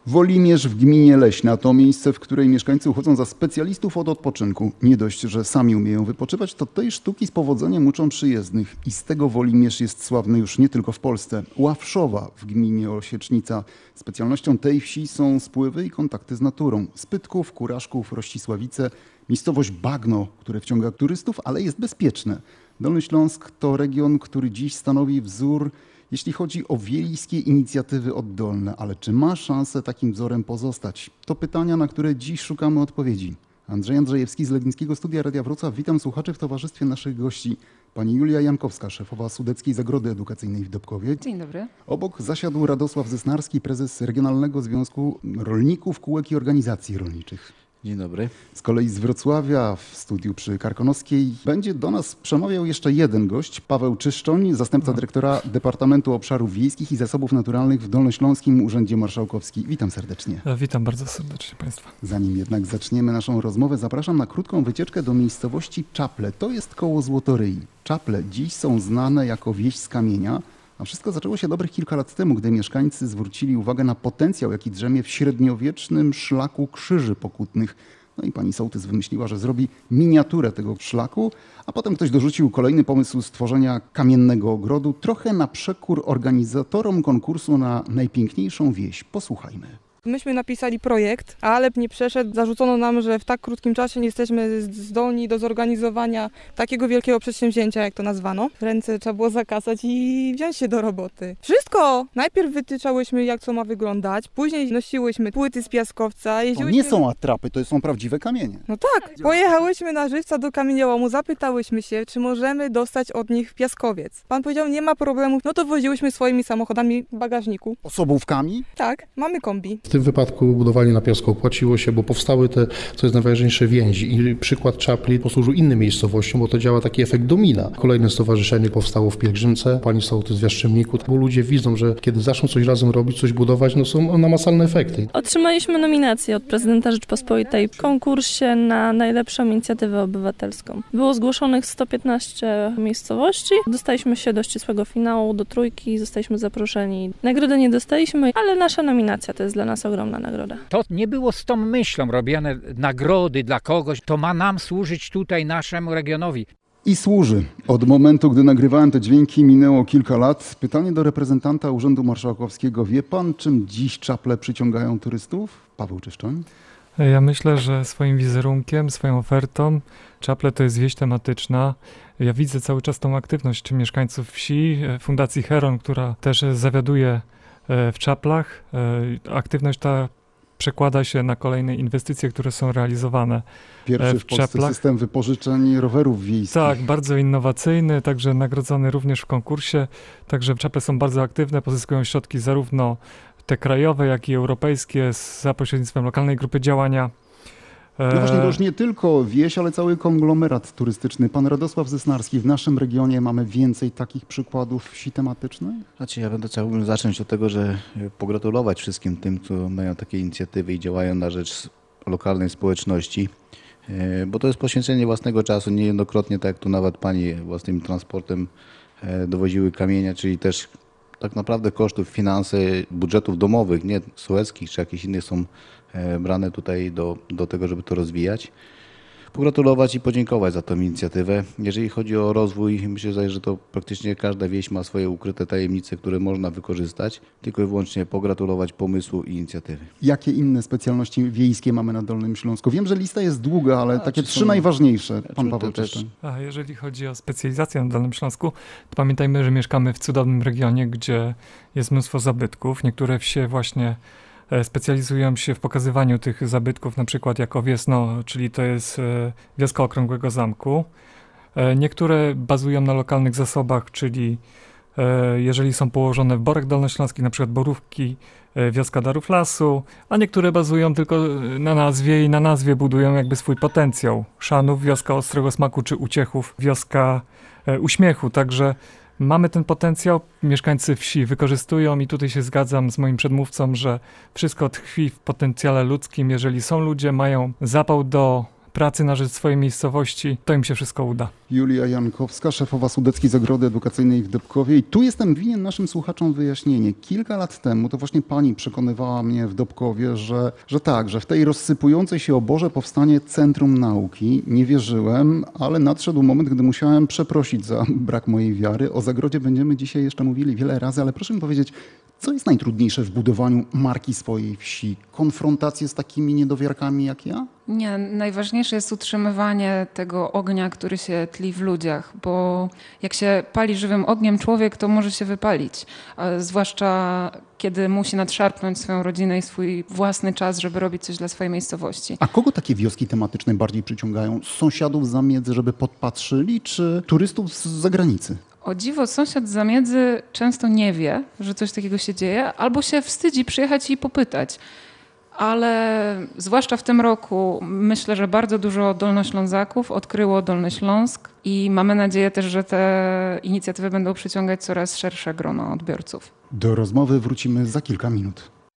Wolimierz w gminie Leśna to miejsce, w której mieszkańcy uchodzą za specjalistów od odpoczynku. Nie dość, że sami umieją wypoczywać, to tej sztuki z powodzeniem uczą przyjezdnych. I z tego Wolimierz jest sławny już nie tylko w Polsce. Ławszowa w gminie Osiecznica. Specjalnością tej wsi są spływy i kontakty z naturą. Spytków, Kuraszków, Rościsławice, miejscowość Bagno, które wciąga turystów, ale jest bezpieczne. Dolny Śląsk to region, który dziś stanowi wzór, jeśli chodzi o wiejskie inicjatywy oddolne, ale czy ma szansę takim wzorem pozostać? To pytania, na które dziś szukamy odpowiedzi. Andrzej Andrzejewski z Legnickiego Studia Radia Wrocław. Witam słuchaczy w towarzystwie naszych gości. Pani Julia Jankowska, szefowa Sudeckiej Zagrody Edukacyjnej w Dobkowie. Dzień dobry. Obok zasiadł Radosław Zysnarski, prezes Regionalnego Związku Rolników, Kółek i Organizacji Rolniczych. Dzień dobry. Z kolei z Wrocławia w studiu przy Karkonoskiej będzie do nas przemawiał jeszcze jeden gość, Paweł Czyszczoń, zastępca dyrektora Departamentu Obszarów Wiejskich i Zasobów Naturalnych w Dolnośląskim Urzędzie Marszałkowskim. Witam serdecznie. Witam bardzo serdecznie Państwa. Zanim jednak zaczniemy naszą rozmowę, zapraszam na krótką wycieczkę do miejscowości Czaple. To jest koło Złotoryi. Czaple dziś są znane jako wieś z kamienia, a wszystko zaczęło się dobrych kilka lat temu, gdy mieszkańcy zwrócili uwagę na potencjał, jaki drzemie w średniowiecznym szlaku krzyży pokutnych. No i pani sołtys wymyśliła, że zrobi miniaturę tego szlaku, a potem ktoś dorzucił kolejny pomysł stworzenia kamiennego ogrodu, trochę na przekór organizatorom konkursu na najpiękniejszą wieś. Posłuchajmy. Myśmy napisali projekt, ale nie przeszedł. Zarzucono nam, że w tak krótkim czasie nie jesteśmy zdolni do zorganizowania takiego wielkiego przedsięwzięcia, jak to nazwano. Ręce trzeba było zakasać i wziąć się do roboty. Wszystko! Najpierw wytyczałyśmy, jak co ma wyglądać, później nosiłyśmy płyty z piaskowca. To nie są atrapy, to są prawdziwe kamienie. No tak, pojechałyśmy na żywca do kamieniołomu, zapytałyśmy się, czy możemy dostać od nich piaskowiec. Pan powiedział, nie ma problemu, no to woziłyśmy swoimi samochodami w bagażniku. Osobówkami? Tak, mamy kombi. W tym wypadku budowanie na piasku opłaciło się, bo powstały te, co jest najważniejsze, więzi. I przykład Czapli posłużył innym miejscowościom, bo to działa taki efekt domina. Kolejne stowarzyszenie powstało w Pielgrzymce, pani sołtys w Jastrzębniku, bo ludzie widzą, że kiedy zaczną coś razem robić, coś budować, no są namacalne efekty. Otrzymaliśmy nominację od prezydenta Rzeczpospolitej w konkursie na najlepszą inicjatywę obywatelską. Było zgłoszonych 115 miejscowości. Dostaliśmy się do ścisłego finału, do trójki, zostaliśmy zaproszeni. Nagrody nie dostaliśmy, ale nasza nominacja to jest dla nas ogromna nagroda. To nie było z tą myślą robione nagrody dla kogoś. To ma nam służyć tutaj naszemu regionowi. I służy. Od momentu, gdy nagrywałem te dźwięki, minęło kilka lat. Pytanie do reprezentanta Urzędu Marszałkowskiego. Wie pan, czym dziś Czaple przyciągają turystów? Paweł Czyszczoń. Ja myślę, że swoim wizerunkiem, swoją ofertą Czaple to jest wieś tematyczna. Ja widzę cały czas tą aktywność mieszkańców wsi, Fundacji Heron, która też zawiaduje w Czaplach. Aktywność ta przekłada się na kolejne inwestycje, które są realizowane Pierwszy w Polsce Czaplach. system wypożyczeń rowerów wiejskich. Tak, bardzo innowacyjny, także nagrodzony również w konkursie. Także Czaple są bardzo aktywne, pozyskują środki zarówno te krajowe, jak i europejskie za pośrednictwem lokalnej grupy działania. No właśnie, to już nie tylko wieś, ale cały konglomerat turystyczny. Pan Radosław Zysnarski, w naszym regionie mamy więcej takich przykładów wsi tematycznych? Znaczy, chciałbym zacząć od tego, że pogratulować wszystkim tym, którzy mają takie inicjatywy i działają na rzecz lokalnej społeczności, bo to jest poświęcenie własnego czasu. Niejednokrotnie, tak jak tu nawet pani własnym transportem dowoziły kamienia, czyli też tak naprawdę kosztów, finanse budżetów domowych, nie sołeckich czy jakichś innych są brane tutaj do tego, żeby to rozwijać. Pogratulować i podziękować za tę inicjatywę. Jeżeli chodzi o rozwój, myślę, że to praktycznie każda wieś ma swoje ukryte tajemnice, które można wykorzystać. Tylko i wyłącznie pogratulować pomysłu i inicjatywy. Jakie inne specjalności wiejskie mamy na Dolnym Śląsku? Wiem, że lista jest długa, ale takie trzy najważniejsze. Pan Paweł Czyszczoń. A jeżeli chodzi o specjalizację na Dolnym Śląsku, to pamiętajmy, że mieszkamy w cudownym regionie, gdzie jest mnóstwo zabytków. Niektóre wsie właśnie specjalizują się w pokazywaniu tych zabytków, na przykład jako Wiesno, czyli to jest wioska Okrągłego Zamku. Niektóre bazują na lokalnych zasobach, czyli jeżeli są położone w Borach Dolnośląskich, na przykład Borówki, wioska Darów Lasu, a niektóre bazują tylko na nazwie i na nazwie budują jakby swój potencjał. Szanów, wioska Ostrego Smaku, czy Uciechów, wioska Uśmiechu, także mamy ten potencjał, mieszkańcy wsi wykorzystują i tutaj się zgadzam z moim przedmówcą, że wszystko tkwi w potencjale ludzkim. Jeżeli są ludzie, mają zapał do pracy na rzecz swojej miejscowości, to im się wszystko uda. Julia Jankowska, szefowa Sudeckiej Zagrody Edukacyjnej w Dobkowie. I tu jestem winien naszym słuchaczom wyjaśnienie. Kilka lat temu to właśnie pani przekonywała mnie w Dobkowie, że tak, że w tej rozsypującej się oborze powstanie Centrum Nauki. Nie wierzyłem, ale nadszedł moment, gdy musiałem przeprosić za brak mojej wiary. O Zagrodzie będziemy dzisiaj jeszcze mówili wiele razy, ale proszę mi powiedzieć, co jest najtrudniejsze w budowaniu marki swojej wsi? Konfrontację z takimi niedowiarkami jak ja? Nie, najważniejsze jest utrzymywanie tego ognia, który się tli w ludziach, bo jak się pali żywym ogniem człowiek, to może się wypalić, a zwłaszcza kiedy musi nadszarpnąć swoją rodzinę i swój własny czas, żeby robić coś dla swojej miejscowości. A kogo takie wioski tematyczne bardziej przyciągają? Sąsiadów z zamiedzy, żeby podpatrzyli, czy turystów z zagranicy? O dziwo, sąsiad z zamiedzy często nie wie, że coś takiego się dzieje, albo się wstydzi przyjechać i popytać. Ale zwłaszcza w tym roku myślę, że bardzo dużo Dolnoślązaków odkryło Dolny Śląsk i mamy nadzieję też, że te inicjatywy będą przyciągać coraz szersze grono odbiorców. Do rozmowy wrócimy za kilka minut.